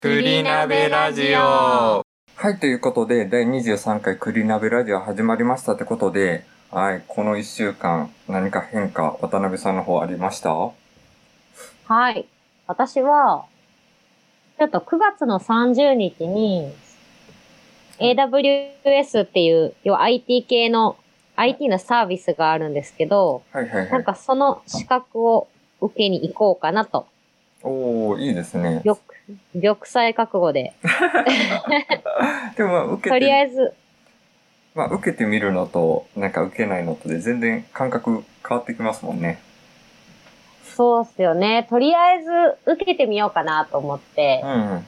栗鍋ラジオ。 はい、ということで、第23回栗鍋ラジオ始まりましたってことで、はい、この1週間何か変化、渡辺さんの方ありました？ はい。私は、ちょっと9月の30日に、AWS っていう、要は IT 系の、IT のサービスがあるんですけど、 はいはいはい。 なんかその資格を受けに行こうかなと。 おー、いいですね。 玉砕覚悟で。 でもまあ、受けとりあて、 えず、 まあ、受けてみるのと、なんか受けないのとで全然感覚変わってきますもんね。 そうっすよね。とりあえず受けてみようかなと思ってう。ん。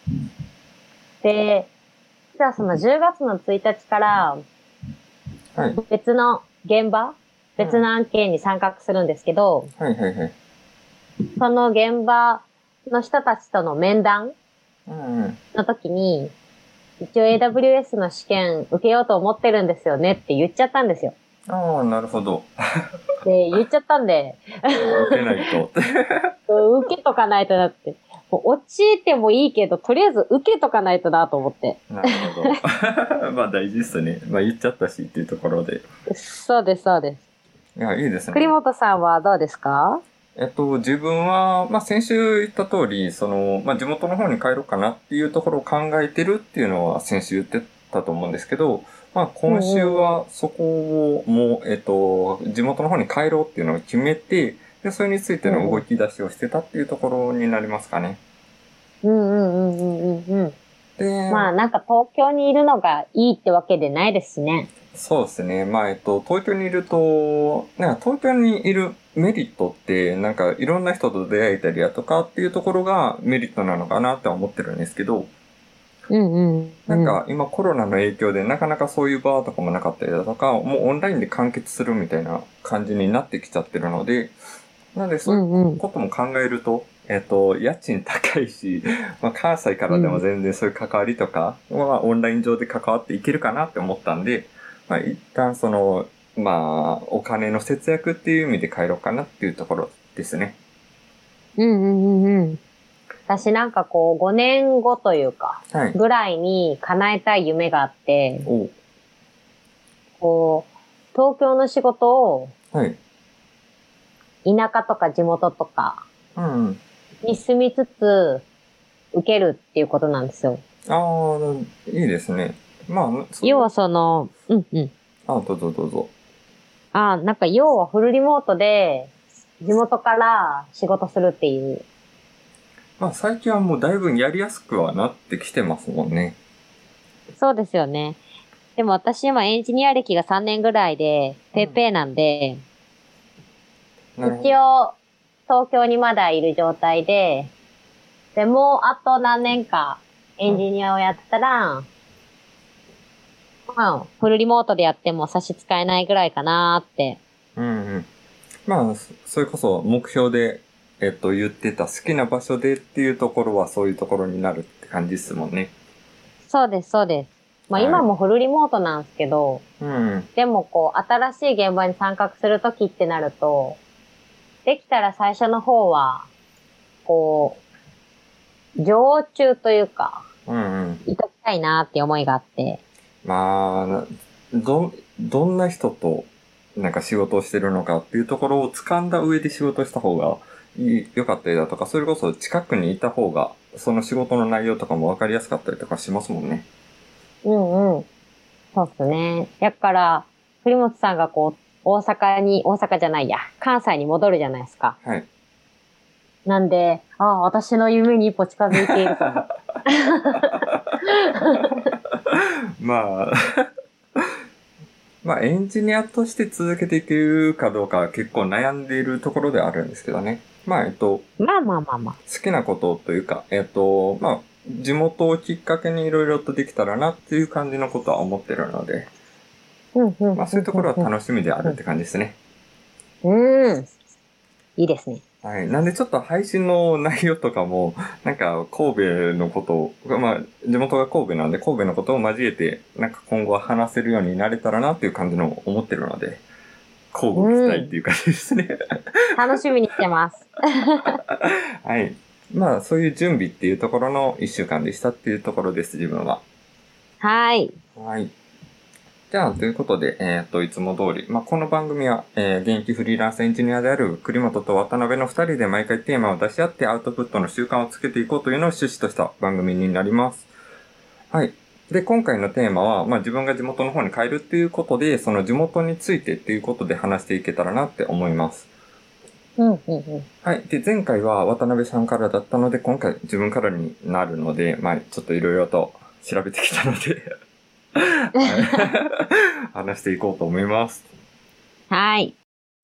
で、じゃあその10月の1日からはい。 別の別の案件に参画するんですけど、 はいはいはい。 その現場の人たちとの面談うん。 の時に、一応 AWS の試験受けようと思ってるんですよねって言っちゃったんですよ。 ああ、なるほど。 で、言っちゃったんで、 受けないと。 受けとかないとだって、もう落ちてもいいけど、とりあえず受けとかないとなと思って。 なるほど。まあ大事っすね。まあ言っちゃったしっていうところで。 そうです、そうです。 いや、いいですね。 栗本さんはどうですか？ 自分は、まあ、先週言った通り、まあ、地元の方に帰ろうかなっていうところを考えてるっていうのは先週言ってたと思うんですけど、まあ、今週はそこをもう、地元の方に帰ろうっていうのを決めて、で、それについての動き出しをしてたっていうところになりますかね。 で、まあで、 なんか東京にいるのがいいってわけでないですしね。 そうですね。まあ、東京にいると、なんか東京にいるメリットって、なんかいろんな人と出会えたりだとかっていうところがメリットなのかなって思ってるんですけど、なんか今コロナの影響でなかなかそういう場とかもなかったりだとか、もうオンラインで完結するみたいな感じになってきちゃってるので、なのでそういうことも考えると、家賃高いし、まあ関西からでも全然そういう関わりとかはオンライン上で関わっていけるかなって思ったんで、まあ一旦まあお金の節約っていう意味で帰ろうかなっていうところですね。 私なんかこう5年後というか、 はい。 ぐらいに叶えたい夢があって、 おこう、東京の仕事をはい。 田舎とか地元とかうんうん。 に住みつつ受けるっていうことなんですよ。 ああ、いいですね。まあ、 要はその、 どうぞどうぞ。 なんか要はフルリモートで地元から仕事するっていう。 まあ最近はもうだいぶやりやすくはなってきてますもんね。 そうですよね。でも私今エンジニア歴が3年ぐらいで、ペーペーなんで、 なるほど。 一応東京にまだいる状態で、で、もうあと何年かエンジニアをやったら、まあ、フルリモートでやっても差し支えないぐらいかなーって。 うんうん。まあ、それこそ目標で、言ってた好きな場所でっていうところはそういうところになるって感じですもんね。 そうです、そうです。まあはい今もフルリモートなんですけど、 うん。 でもこう、新しい現場に参画するときってなると、できたら最初の方は、こう、常駐というか、 うんうん。 いときたいなって思いがあって。 まあ、どんな人となんか仕事をしてるのかっていうところを掴んだ上で仕事した方が良かったりだとか、それこそ近くにいた方が、その仕事の内容とかも分かりやすかったりとかしますもんね。 そうっすね。だから、栗本さんがこう、大阪じゃないや、関西に戻るじゃないですか。 はい。 なんで、私の夢に一歩近づいているかも。 まあ、まあエンジニアとして続けていけるかどうかは結構悩んでいるところではあるんですけどね。まあまあまあまあまあ。 好きなことというか、まあ、地元をきっかけにいろいろとできたらなっていう感じのことは思ってるので、まあそういうところは楽しみであるって感じですね。 いいですね。 はい。なんでちょっと配信の内容とかも、なんか神戸のことを、まあ地元が神戸なんで神戸のことを交えて、なんか今後は話せるようになれたらなっていう感じの思ってるので、交互期待っていう感じですね。 楽しみにしてます。 はい。 まあ、そういう準備っていうところの一週間でしたっていうところです、自分は。 はい。 はい。じゃあ、ということで、いつも通り、まあ、この番組は、現役フリーランスエンジニアである栗本と渡辺の二人で毎回テーマを出し合ってアウトプットの習慣をつけていこうというのを趣旨とした番組になります。はい。で、今回のテーマは、まあ、自分が地元の方に帰るっていうことで、その地元についてっていうことで話していけたらなって思います。はい。で、前回は渡辺さんからだったので、今回自分からになるので、まあ、ちょっといろいろと調べてきたので話していこうと思います。 はい。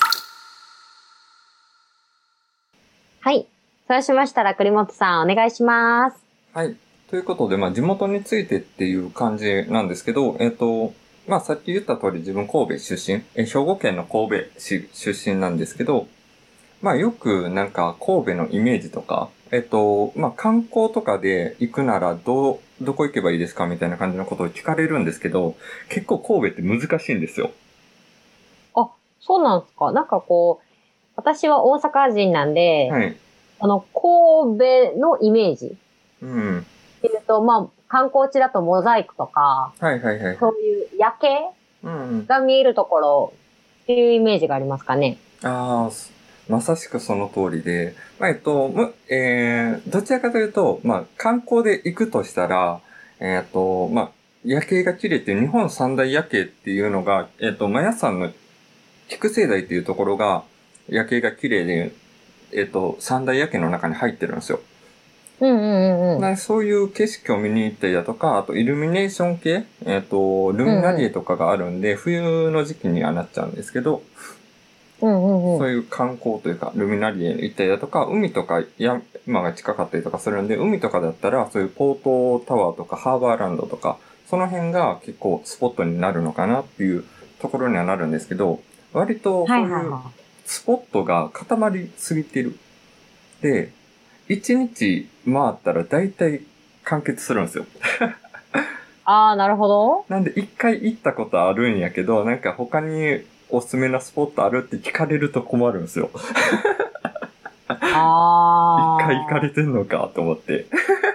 はい。そうしましたら、栗本さん、お願いします。 はい。ということで、まあ、地元についてっていう感じなんですけど、まあ、さっき言った通り自分神戸出身、兵庫県の神戸市出身なんですけど、まあ、よくなんか神戸のイメージとか、まあ、観光とかで行くならどこ行けばいいですかみたいな感じのことを聞かれるんですけど、結構神戸って難しいんですよ。 あ、そうなんですか。なんかこう、私は大阪人なんで、 はい。 神戸のイメージうん。 っていうと、まあ、観光地だとモザイクとか、 はいはいはい。 そういう夜景うんうん。 が見えるところっていうイメージがありますかね。 ああ、まさしくその通りで、まあ、どちらかというと、まあ、観光で行くとしたら、まあ、夜景が綺麗っていう日本三大夜景っていうのが、マヤ山の菊生台っていうところが夜景が綺麗で、三大夜景の中に入ってるんですよ。そういう景色を見に行ったりだとか、あとイルミネーション系、ルミナリエとかがあるんで、冬の時期にはなっちゃうんですけど、そういう観光というか、ルミナリエ行ったりだとか、海とか山が近かったりとかするんで、海とかだったら、そういうポートタワーとかハーバーランドとか、その辺が結構スポットになるのかなっていうところにはなるんですけど、割とそういうスポットが固まりすぎてる。で、一日回ったら大体完結するんですよ。 ああ、なるほど。 なんで一回行ったことあるんやけど、なんか他におすすめなスポットあるって聞かれると困るんですよ。 ああ。 一回行かれてんのかと思って。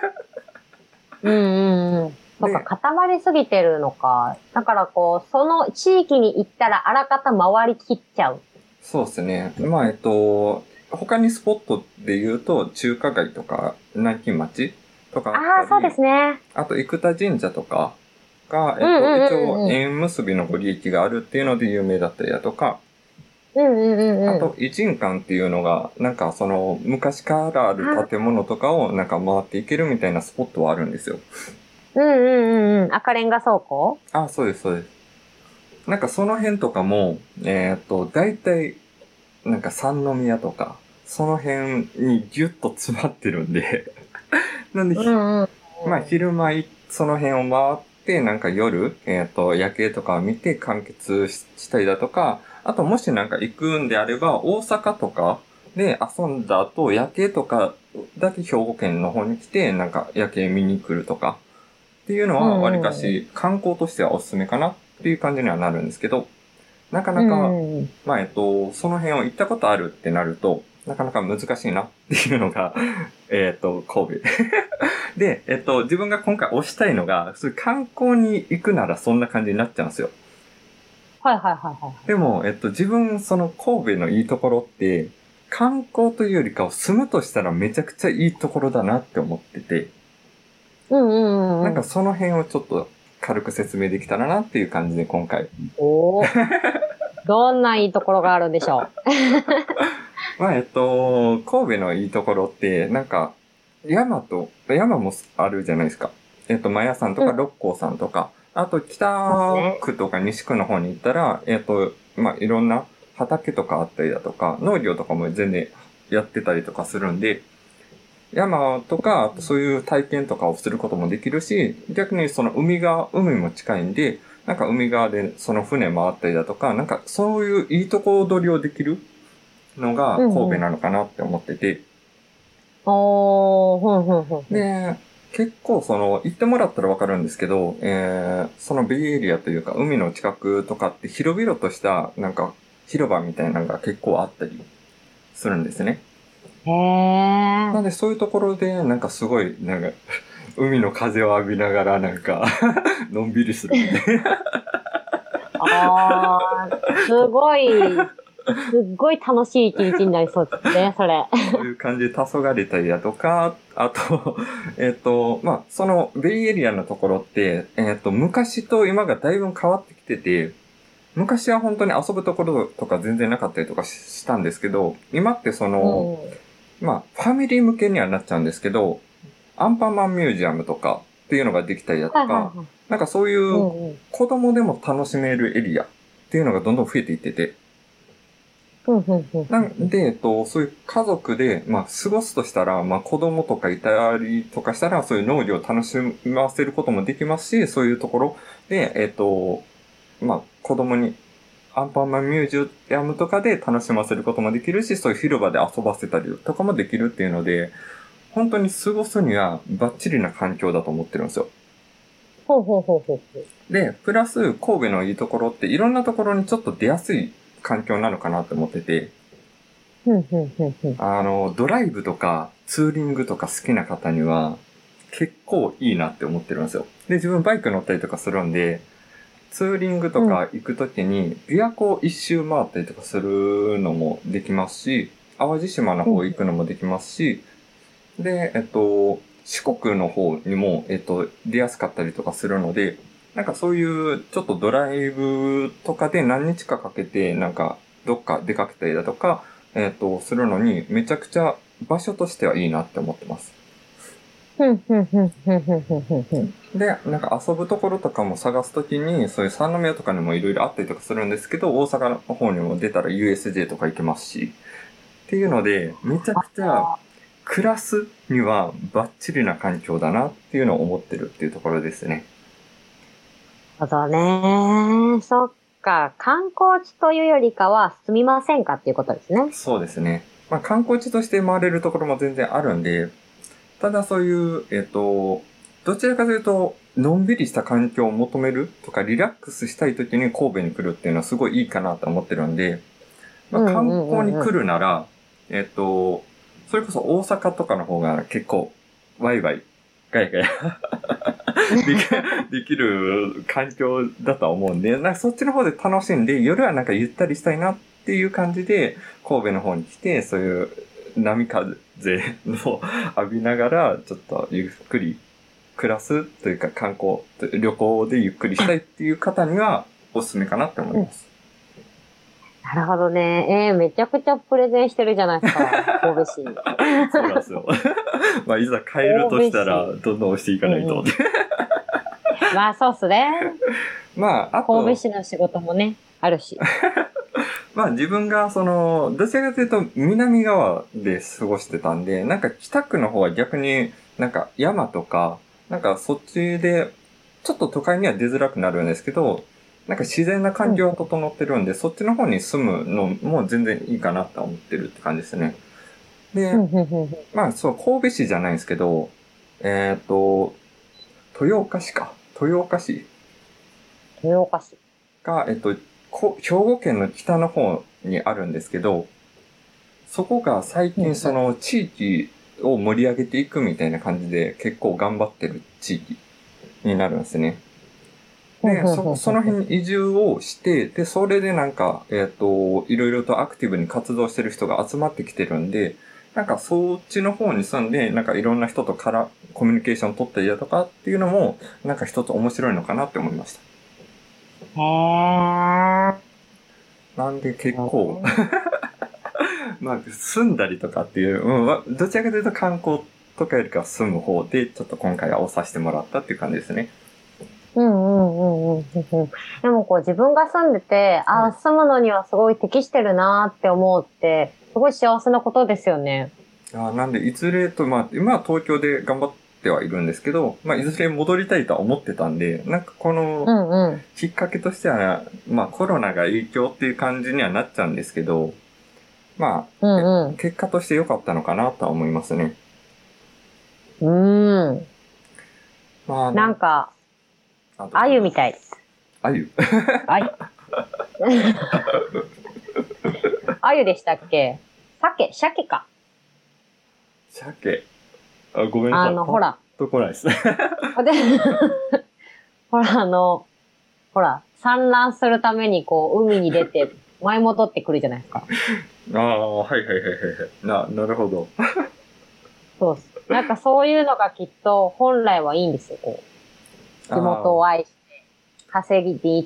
そっか、固まりすぎてるのか。だからこう、その地域に行ったらあらかた回りきっちゃう。 そうですね。まあ、他にスポットで言うと、中華街とか、南京町とかあったり。 ああ、そうですね。 あと、生田神社とかが、一応、縁結びのご利益があるっていうので有名だったりだとか、あと、異人館っていうのが、なんかその、昔からある建物とかをなんか回っていけるみたいなスポットはあるんですよ。 赤レンガ倉庫？ あ、そうです、そうです。なんかその辺とかも、大体、なんか三宮とか、その辺にギュッと詰まってるんでなんで、まあ昼間その辺を回って、なんか夜、夜景とかを見て完結したりだとか、あともしなんか行くんであれば、大阪とかで遊んだ後、夜景とかだけ兵庫県の方に来て、なんか夜景見に来るとか、っていうのはわりかし観光としてはおすすめかなっていう感じにはなるんですけど、なかなか、まあその辺を行ったことあるってなると、なかなか難しいなっていうのが神戸。で、自分が今回推したいのが、そういう観光に行くならそんな感じになっちゃうんですよ。でも、自分、その神戸のいいところって、観光というよりかを住むとしたらめちゃくちゃいいところだなって思ってて、なんかその辺をちょっと軽く説明できたらなっていう感じで今回。 どんないいところがあるんでしょうまあ、神戸のいいところって、なんか、山もあるじゃないですか。マヤ山とか六甲山とか、あと北区とか西区の方に行ったら、まあ、いろんな畑とかあったりだとか、農業とかも全然やってたりとかするんで、山とか、そういう体験とかをすることもできるし、逆にその海も近いんで、なんか海側でその船回ったりだとか、なんかそういういいとこ取りをできるのが神戸なのかなって思ってて。で、結構行ってもらったらわかるんですけど、そのベイエリアというか海の近くとかって広々としたなんか広場みたいなのが結構あったりするんですね。 へー。 なんでそういうところで、なんかすごい、なんか、海の風を浴びながら、なんか、のんびりするみたいな。 あー、すっごい楽しい一日になりそうですね、それ。 そういう感じで黄昏たりだとか、あと、まあ、そのベイエリアのところって、昔と今がだいぶ変わってきてて、昔は本当に遊ぶところとか全然なかったりとかしたんですけど、今ってその、まあ、ファミリー向けにはなっちゃうんですけど、アンパンマンミュージアムとかっていうのができたりだとか、なんかそういう子供でも楽しめるエリアっていうのがどんどん増えていってて、なんで、そういう家族で、まあ、過ごすとしたら、まあ、子供とかいたりとかしたら、そういう農業を楽しませることもできますし、そういうところで、まあ、子供にアンパンマンミュージアムとかで楽しませることもできるし、そういう広場で遊ばせたりとかもできるっていうので、本当に過ごすにはバッチリな環境だと思ってるんですよ。で、プラス神戸のいいところっていろんなところにちょっと出やすい環境なのかなって思ってて、ドライブとかツーリングとか好きな方には結構いいなって思ってるんですよ。で、自分バイク乗ったりとかするんで、ツーリングとか行くときに、琵琶湖一周回ったりとかするのもできますし、淡路島の方行くのもできますし、で、四国の方にも、出やすかったりとかするので、なんかそういうちょっとドライブとかで何日かかけて、なんかどっか出かけたりだとか、するのにめちゃくちゃ場所としてはいいなって思ってます。で、なんか遊ぶところとかも探すときに、そういう三宮とかにもいろいろあったりとかするんですけど、大阪の方にも出たら USJ とか行けますし、っていうので、めちゃくちゃ暮らすにはバッチリな環境だなっていうのを思ってるっていうところですね。 そうだね。そっか。観光地というよりかは住みませんかっていうことですね。 そうですね。まあ観光地として回れるところも全然あるんで、ただそういう、どちらかというと、のんびりした環境を求めるとか、リラックスしたい時に神戸に来るっていうのはすごいいいかなと思ってるんで、まあ観光に来るなら、それこそ大阪とかの方が結構、ワイワイ、ガヤガヤできる環境だとは思うんで、なんかそっちの方で楽しんで、夜はなんかゆったりしたいなっていう感じで、神戸の方に来て、そういう波風を浴びながら、ちょっとゆっくり暮らすというか観光、旅行でゆっくりしたいっていう方にはおすすめかなって思います。 なるほどね。めちゃくちゃプレゼンしてるじゃないですか、神戸市に。 そうなんですよ。まあ、いざ帰るとしたら、どんどん押していかないと。 まあ、そうっすね。 まあ、あと神戸市の仕事もね、あるし。 まあ自分がどちらかというと南側で過ごしてたんで、なんか北区の方は逆になんか山とか、なんかそっちでちょっと都会には出づらくなるんですけど、なんか自然な環境が整ってるんで、そっちの方に住むのも全然いいかなと思ってるって感じですね。で、まあそう、神戸市じゃないんですけど、豊岡市か。豊岡市が、兵庫県の北の方にあるんですけど、そこが最近その地域を盛り上げていくみたいな感じで結構頑張ってる地域になるんですね。で、その辺に移住をして、で、それでなんか、いろいろとアクティブに活動してる人が集まってきてるんで、なんかそっちの方に住んで、なんかいろんな人とコミュニケーションを取ったりだとかっていうのも、なんか一つ面白いのかなって思いました。なんで結構、まあ、住んだりとかっていう、どちらかというと観光とかよりかは住む方で、ちょっと今回は押させてもらったっていう感じですね。 でもこう自分が住んでて、住むのにはすごい適してるなって思うって、すごい幸せなことですよね。 なんで、いずれと、まあ、今は東京で頑張ってはいるんですけど、まあ、いずれ戻りたいとは思ってたんで、なんかこの、きっかけとしては、まあ、コロナが影響っていう感じにはなっちゃうんですけど、まあ、結果として良かったのかなとは思いますね。 まあ、なんか、あゆみたいです。 あゆあゆでしたっけ？鮭か。 鮭。あ、ごめんなさい。 ほら。 パッと来ないですね。 でほら、ほら、産卵するためにこう、海に出て、舞い戻ってくるじゃないですか。 ああ、はいはいはいはい。なるほど。 そうっす。なんかそういうのがきっと本来はいいんですよ、こう。地元を愛して、稼ぎに行って、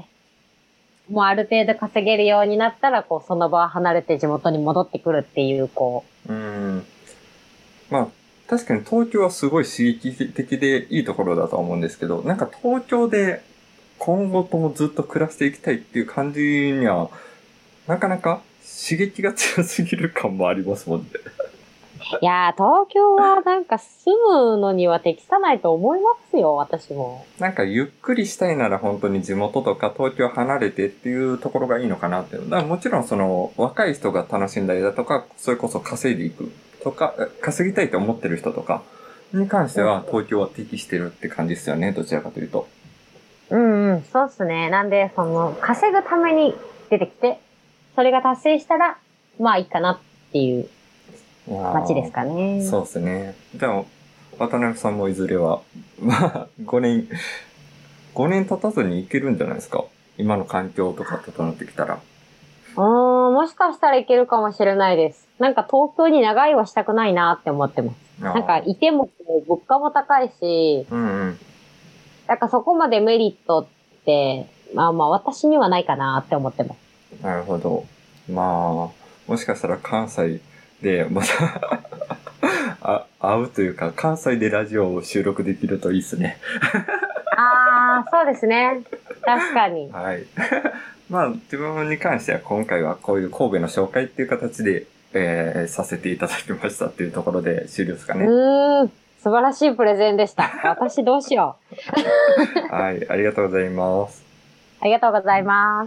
もうある程度稼げるようになったら、こう、その場を離れて地元に戻ってくるっていう、こう。まあ、確かに東京はすごい刺激的でいいところだと思うんですけど、なんか東京で今後ともずっと暮らしていきたいっていう感じには、なかなか刺激が強すぎる感もありますもんね。 いやー、東京はなんか住むのには適さないと思いますよ、私も。 なんかゆっくりしたいなら本当に地元とか東京離れてっていうところがいいのかなって。だからもちろんその若い人が楽しんだりだとか、それこそ稼いでいくとか、稼ぎたいと思ってる人とかに関しては東京は適してるって感じですよね、どちらかというと。 うんうん、そうっすね。なんで、稼ぐために出てきて、それが達成したら、まあいいかなっていう街ですかね。 そうですね。でも、渡辺さんもいずれは、まあ、5年経たずに行けるんじゃないですか。今の環境とか整ってきたら。 もしかしたらいけるかもしれないです。なんか東京に長居はしたくないなって思ってます。なんかいても物価も高いし、 うんうん。 なんかそこまでメリットって、まあまあ私にはないかなって思ってます。 なるほど。まあ、もしかしたら関西でまた会うというか、関西でラジオを収録できるといいですね。 ああ、そうですね。確かに。 はい。まあ、自分に関しては今回はこういう神戸の紹介っていう形で、させていただきましたっていうところで終了ですかね。 素晴らしいプレゼンでした。私どうしよう。はい、ありがとうございます。 ありがとうございます。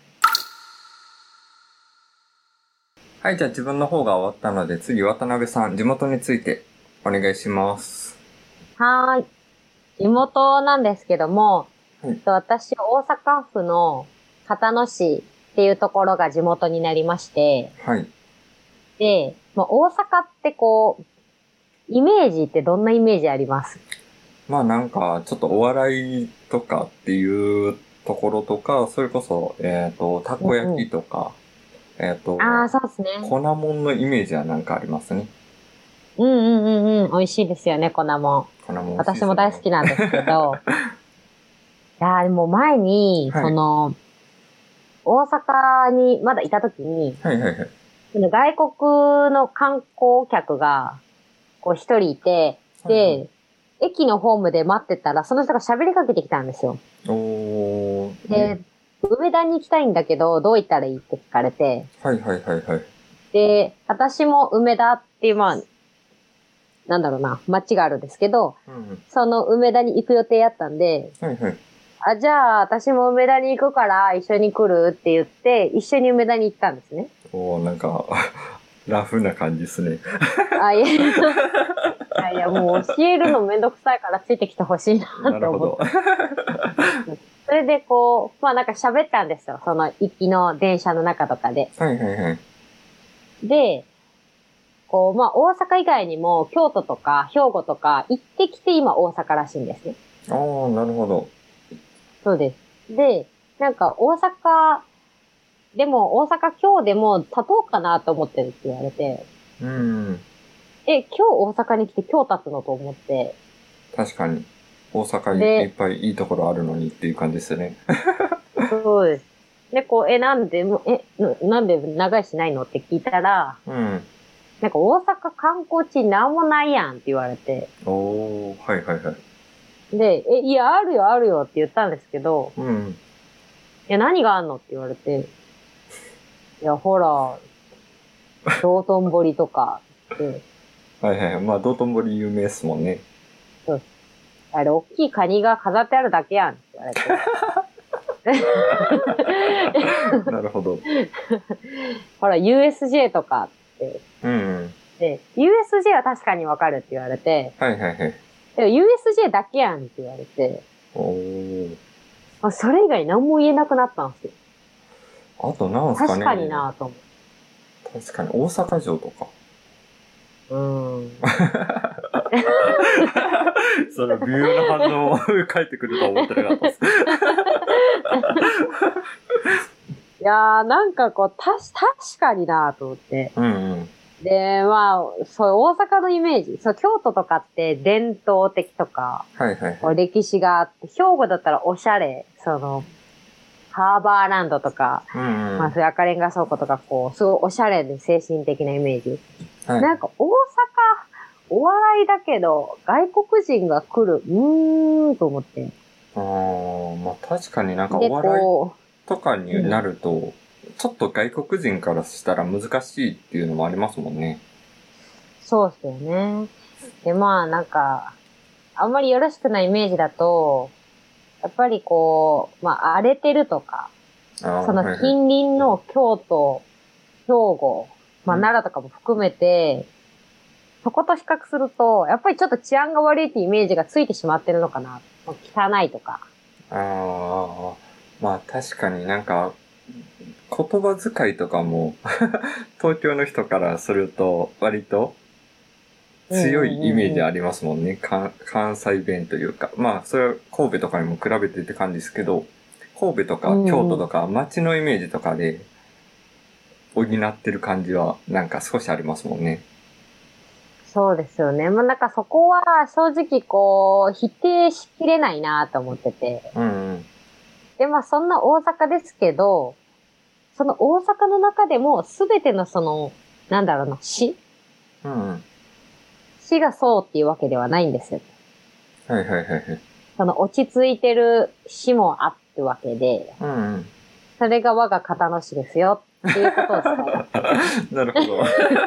はい、じゃあ自分の方が終わったので、次渡辺さん、地元についてお願いします。 はーい。地元なんですけども、私、大阪府の交野市っていうところが地元になりまして、 はい。 で、まあ、大阪ってこう、イメージってどんなイメージあります？ まあなんか、ちょっとお笑いとかっていうところとか、それこそ、たこ焼きとか、 そうですね。 粉もんのイメージはなんかありますね。 美味しいですよね、粉もん。 粉もん、 私も大好きなんですけど。いやーでも前に、 はい、 大阪にまだいた時に、 はいはいはい。 外国の観光客が、こう一人いて、で、 はいはい、 駅のホームで待ってたら、その人が喋りかけてきたんですよ。で、梅田に行きたいんだけど、どう行ったらいいって聞かれて、 はいはいはいはい。 で、私も梅田っていう、まあ、なんだろうな、街があるんですけど、その梅田に行く予定やったんで、 はいはい。 じゃあ私も梅田に行くから一緒に来るって言って、一緒に梅田に行ったんですね。 なんか、ラフな感じですね。 いや、もう教えるのめんどくさいからついてきてほしいなって思って。それでこう、まあなんか喋ったんですよ。その行きの電車の中とかで。 はいはいはい。 で、こう、まあ大阪以外にも京都とか兵庫とか行ってきて今大阪らしいんですね。 なるほど。 そうです。で、なんか大阪、でも大阪今日でも立とうかなと思ってるって言われて。今日大阪に来て今日立つのと思って。 確かに。大阪にいっぱいいいところあるのにっていう感じですね。 そうです。で、こう、なんで長居しないのって聞いたら、なんか大阪観光地なんもないやんって言われて。 はいはいはい。 で、いや、あるよあるよって言ったんですけど、いや、何があんのって言われて、いや、ほら、道頓堀とかって。 はいはい。まあ、道頓堀有名ですもんね。 そう。あれ、大きいカニが飾ってあるだけやんって言われて。 なるほど。 ほら、USJ とかって。で、USJ は確かにわかるって言われて。 はいはいはい。 でも USJ だけやんって言われて。それ以外何も言えなくなったんですよ。 あとなんすかね。 確かになぁと思う。 確かに、大阪城とか。 うん。 その微妙な反応を返ってくるとは思ってなかったです。 いやー、なんかこう、確かになと思って。 うんうん。 で、まあ、そう、大阪のイメージ。そう、京都とかって伝統的とか、 はいはいはい。 歴史があって、兵庫だったらおしゃれ、その、ハーバーランドとか、 うんうん。 まあ、そういう赤レンガ倉庫とか、こう、すごいおしゃれで精神的なイメージ。 はい。 なんか、大阪、お笑いだけど、外国人が来る、と思って。 まあ確かになんかで、 お笑いことかになると、ちょっと外国人からしたら難しいっていうのもありますもんね。 そうですよね。で、まあ、なんか、あんまりよろしくないイメージだと、やっぱりこう、まあ、荒れてるとか、そのはいはい。 近隣の京都、兵庫、まあ、 うん奈良とかも含めて、そこと比較すると、やっぱりちょっと治安が悪いっていうイメージがついてしまってるのかな。汚いとか。 まあ確かになんか言葉遣いとかも東京の人からすると割と強いイメージありますもんね。関西弁というか。まあそれは神戸とかにも比べてって感じですけど、神戸とか京都とか街のイメージとかで補ってる感じはなんか少しありますもんね。 そうですよね。まあなんかそこは正直こう、否定しきれないなと思ってて。 うんうん。 で、まあそんな大阪ですけど、その大阪の中でも全てのその、なんだろうな、市がそうっていうわけではないんですよ。 はいはいはいはい。 その落ち着いてる市もあってわけで、それが我が片野市ですよっていうことを伝えなるほど。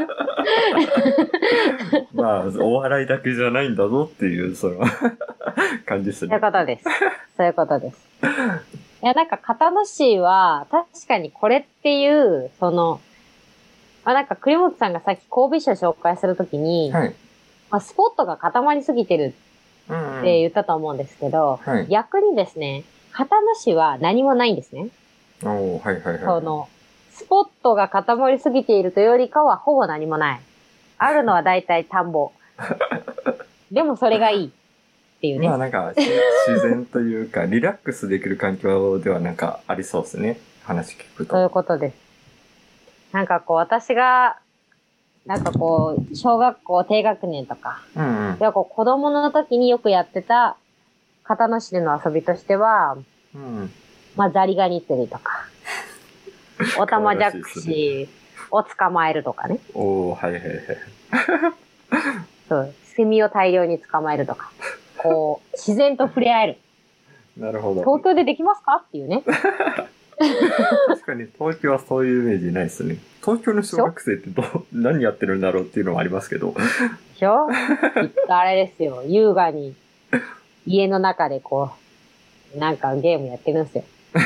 まあ、お笑いだけじゃないんだぞっていう、その感じですね。 そういうことです。そういうことです。いや、なんか片野市は確かにこれっていう、その、まあなんか栗本さんがさっき神戸市を紹介するときに、 はい。 まあ、スポットが固まりすぎてるって言ったと思うんですけど、 はい、 逆にですね、片野市は何もないんですね。 はいはいはい。 その、スポットが固まりすぎているというよりかはほぼ何もない。あるのは大体田んぼ。でもそれがいいっていうね。 まあなんか自然というか、リラックスできる環境ではなんかありそうですね。話聞くと。 そういうことです。なんかこう私が、なんかこう、小学校低学年とか、ではこう子供の時によくやってた片野市での遊びとしては、まあザリガニ釣りとか、オタマジャクシを捕まえるとかね。 はいはいはい。 そう、セミを大量に捕まえるとか、こう、自然と触れ合える。 なるほど。 東京でできますかっていうね。 確かに東京はそういうイメージないですね。東京の小学生って何やってるんだろうっていうのもありますけど。 でしょ？きっとあれですよ。優雅に家の中でこう、なんかゲームやってるんですよ。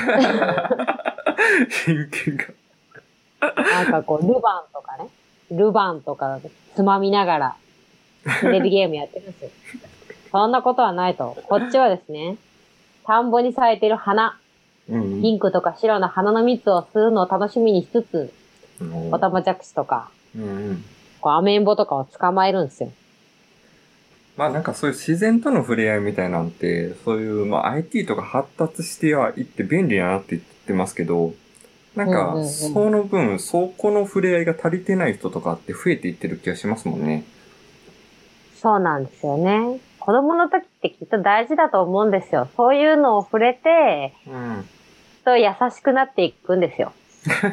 偏見が。 なんかこう、ルバンとかつまみながら、テレビゲームやってるんですよ。そんなことはないと。こっちはですね、田んぼに咲いてる花、ピンクとか白の花の蜜を吸うのを楽しみにしつつ、オタマジャクシとか、こうアメンボとかを捕まえるんですよ。 まあなんかそういう自然との触れ合いみたいなんて、そういうまあ IT とか発達してはいって便利だなって言ってますけど、なんかその分、そこの触れ合いが足りてない人とかって増えていってる気がしますもんね。 そうなんですよね。子供の時ってきっと大事だと思うんですよ。そういうのを触れて、と優しくなっていくんですよ。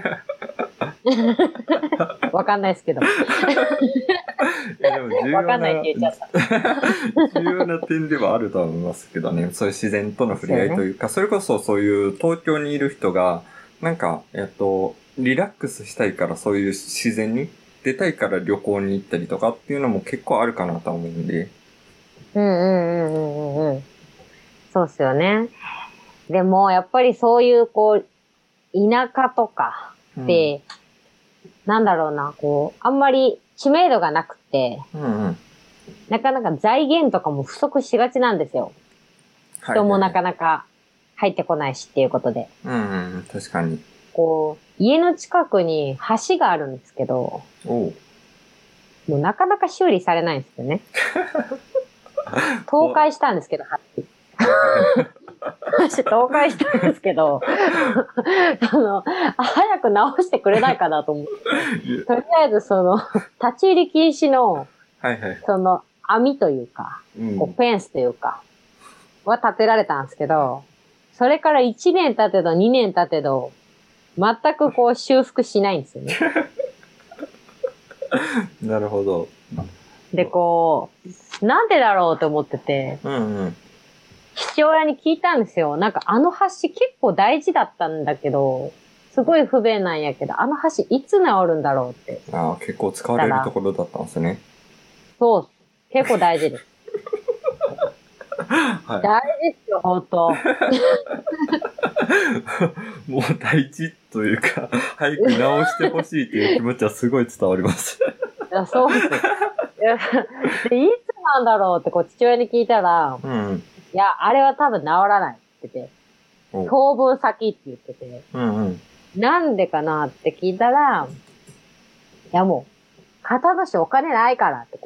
わかんないですけど。 でも重要な、 わかんないって言っちゃった。 重要な点ではあるとは思いますけどね。そういう自然との触れ合いというか、それこそそういう東京にいる人が、なんか、リラックスしたいからそういう自然に出たいから旅行に行ったりとかっていうのも結構あるかなと思うんで。 そうっすよね。でも、やっぱりそういう、こう、田舎とかって、なんだろうな、こう、あんまり知名度がなくて、なかなか財源とかも不足しがちなんですよ。人もなかなか入ってこないしっていうことで。 確かに。 こう、家の近くに橋があるんですけど、 もうなかなか修理されないんですよね。倒壊したんですけど、倒壊したんですけど、早く直してくれないかなと思って。とりあえず立ち入り禁止の、 はいはい。 網というか、フェンスというか、は立てられたんですけど、それから1年経てど2年経てど、全く修復しないんですよね。 なるほど。 で、なんでだろうと思ってて、父親に聞いたんですよ。なんか橋結構大事だったんだけど、すごい不便なんやけど、橋いつ治るんだろうって。 ああ、結構使われるところだったんですね。 そう、結構大事です。 はい、 大事ですよ、本当もう大事というか、早く直してほしいという気持ちはすごい伝わります。 いや、そうです。で、いつなんだろうって父親に聞いたら、いや、あれは多分治らないって言ってて、当分先って言ってて、なんでかなって聞いたら、いやもう、片出しお金ないからって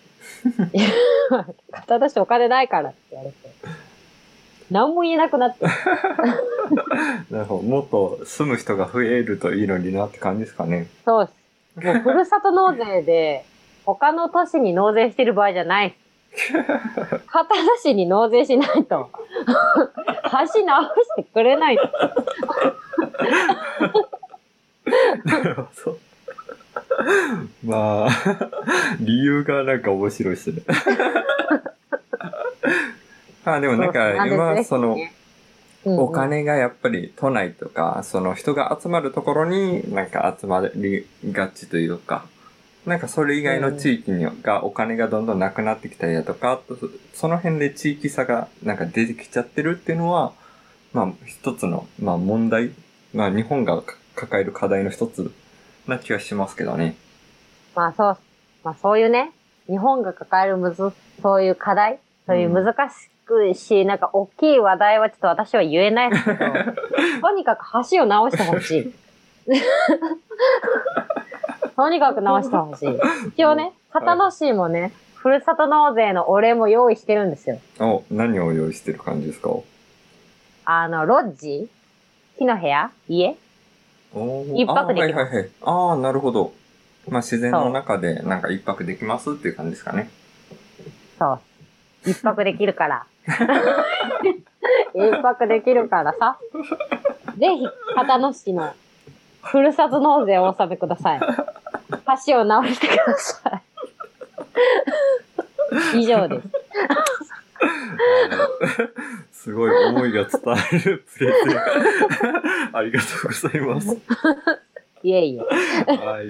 片出しお金ないからって言われて、何も言えなくなって。 なるほど。もっと住む人が増えるといいのになって感じですかね。 そうです。もうふるさと納税で、他の都市に納税してる場合じゃないです。片田市に納税しないと、橋直してくれないと。 なるほど。まあ、理由がなんか面白いですね。でもなんか今お金がやっぱり都内とか、人が集まるところになんか集まりがちというか、なんかそれ以外の地域がお金がどんどんなくなってきたりだとか、その辺で地域差がなんか出てきちゃってるっていうのは、まあ一つの、まあ問題、まあ日本が抱える課題の一つな気はしますけどね。 まあそういうね、日本が抱えるそういう課題、そういう難しくし、なんか大きい話題はちょっと私は言えないですけど、とにかく橋を直してほしい。とにかく直してほしい。一応ね、片野市もね、ふるさと納税のお礼も用意してるんですよ。 何を用意してる感じですか？ ロッジ？木の部屋？家？一泊できます。 はい。ああ、なるほど。まあ自然の中でなんか一泊できますっていう感じですかね。 そう。一泊できるから。一泊できるからさ。ぜひ、片野市のふるさと納税をお納めください。橋を直してください。以上です。 すごい思いが伝わるプレゼン。ありがとうございます。 いえいえ。 はい。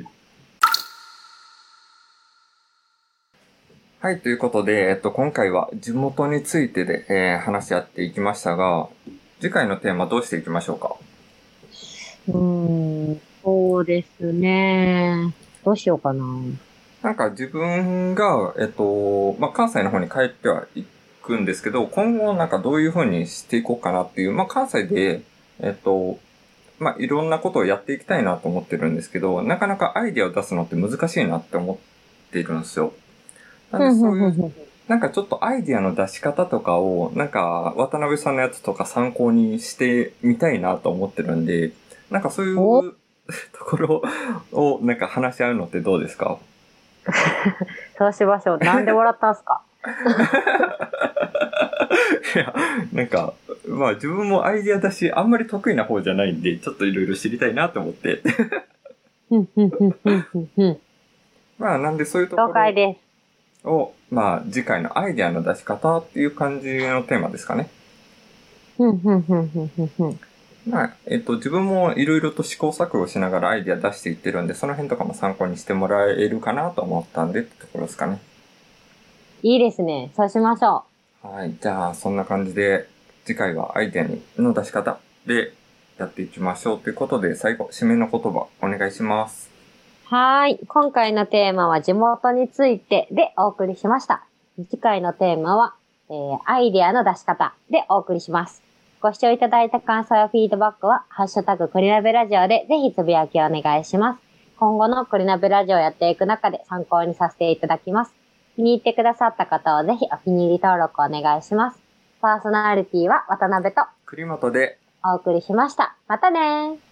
はい、ということで、今回は地元についてで、話し合っていきましたが、次回のテーマどうしていきましょうか？ そうですね。どうしようかな。 なんか自分が、まあ、関西の方に帰ってはいくんですけど、今後なんかどういう風にしていこうかなっていう、まあ、関西で、まあ、いろんなことをやっていきたいなと思ってるんですけど、なかなかアイディアを出すのって難しいなって思っているんですよ。なんでそういう、なんかちょっとアイディアの出し方とかを、なんか渡辺さんのやつとか参考にしてみたいなと思ってるんで、なんかそういうところをなんか話し合うのってどうですか？ そうしましょう。なんで笑ったんすか？ いや、なんか、まあ自分もアイディアだし、あんまり得意な方じゃないんで、ちょっといろいろ知りたいなと思って。まあなんでそういうところ。 了解です。 を、まあ、次回のアイデアの出し方っていう感じのテーマですかね。まあ、自分もいろいろと試行錯誤しながらアイデア出していってるんで、その辺とかも参考にしてもらえるかなと思ったんでってところですかね。 いいですね。そうしましょう。はい。じゃあ、そんな感じで、次回はアイデアの出し方でやっていきましょうということで、最後、締めの言葉お願いします。 はい。今回のテーマは地元についてでお送りしました。次回のテーマは、アイデアの出し方でお送りします。ご視聴いただいた感想やフィードバックは、ハッシュタグクリナベラジオでぜひつぶやきをお願いします。 今後のクリナビラジオをやっていく中で参考にさせていただきます。気に入ってくださった方はぜひお気に入り登録お願いします。パーソナリティは渡辺と栗本でお送りしました。またねー。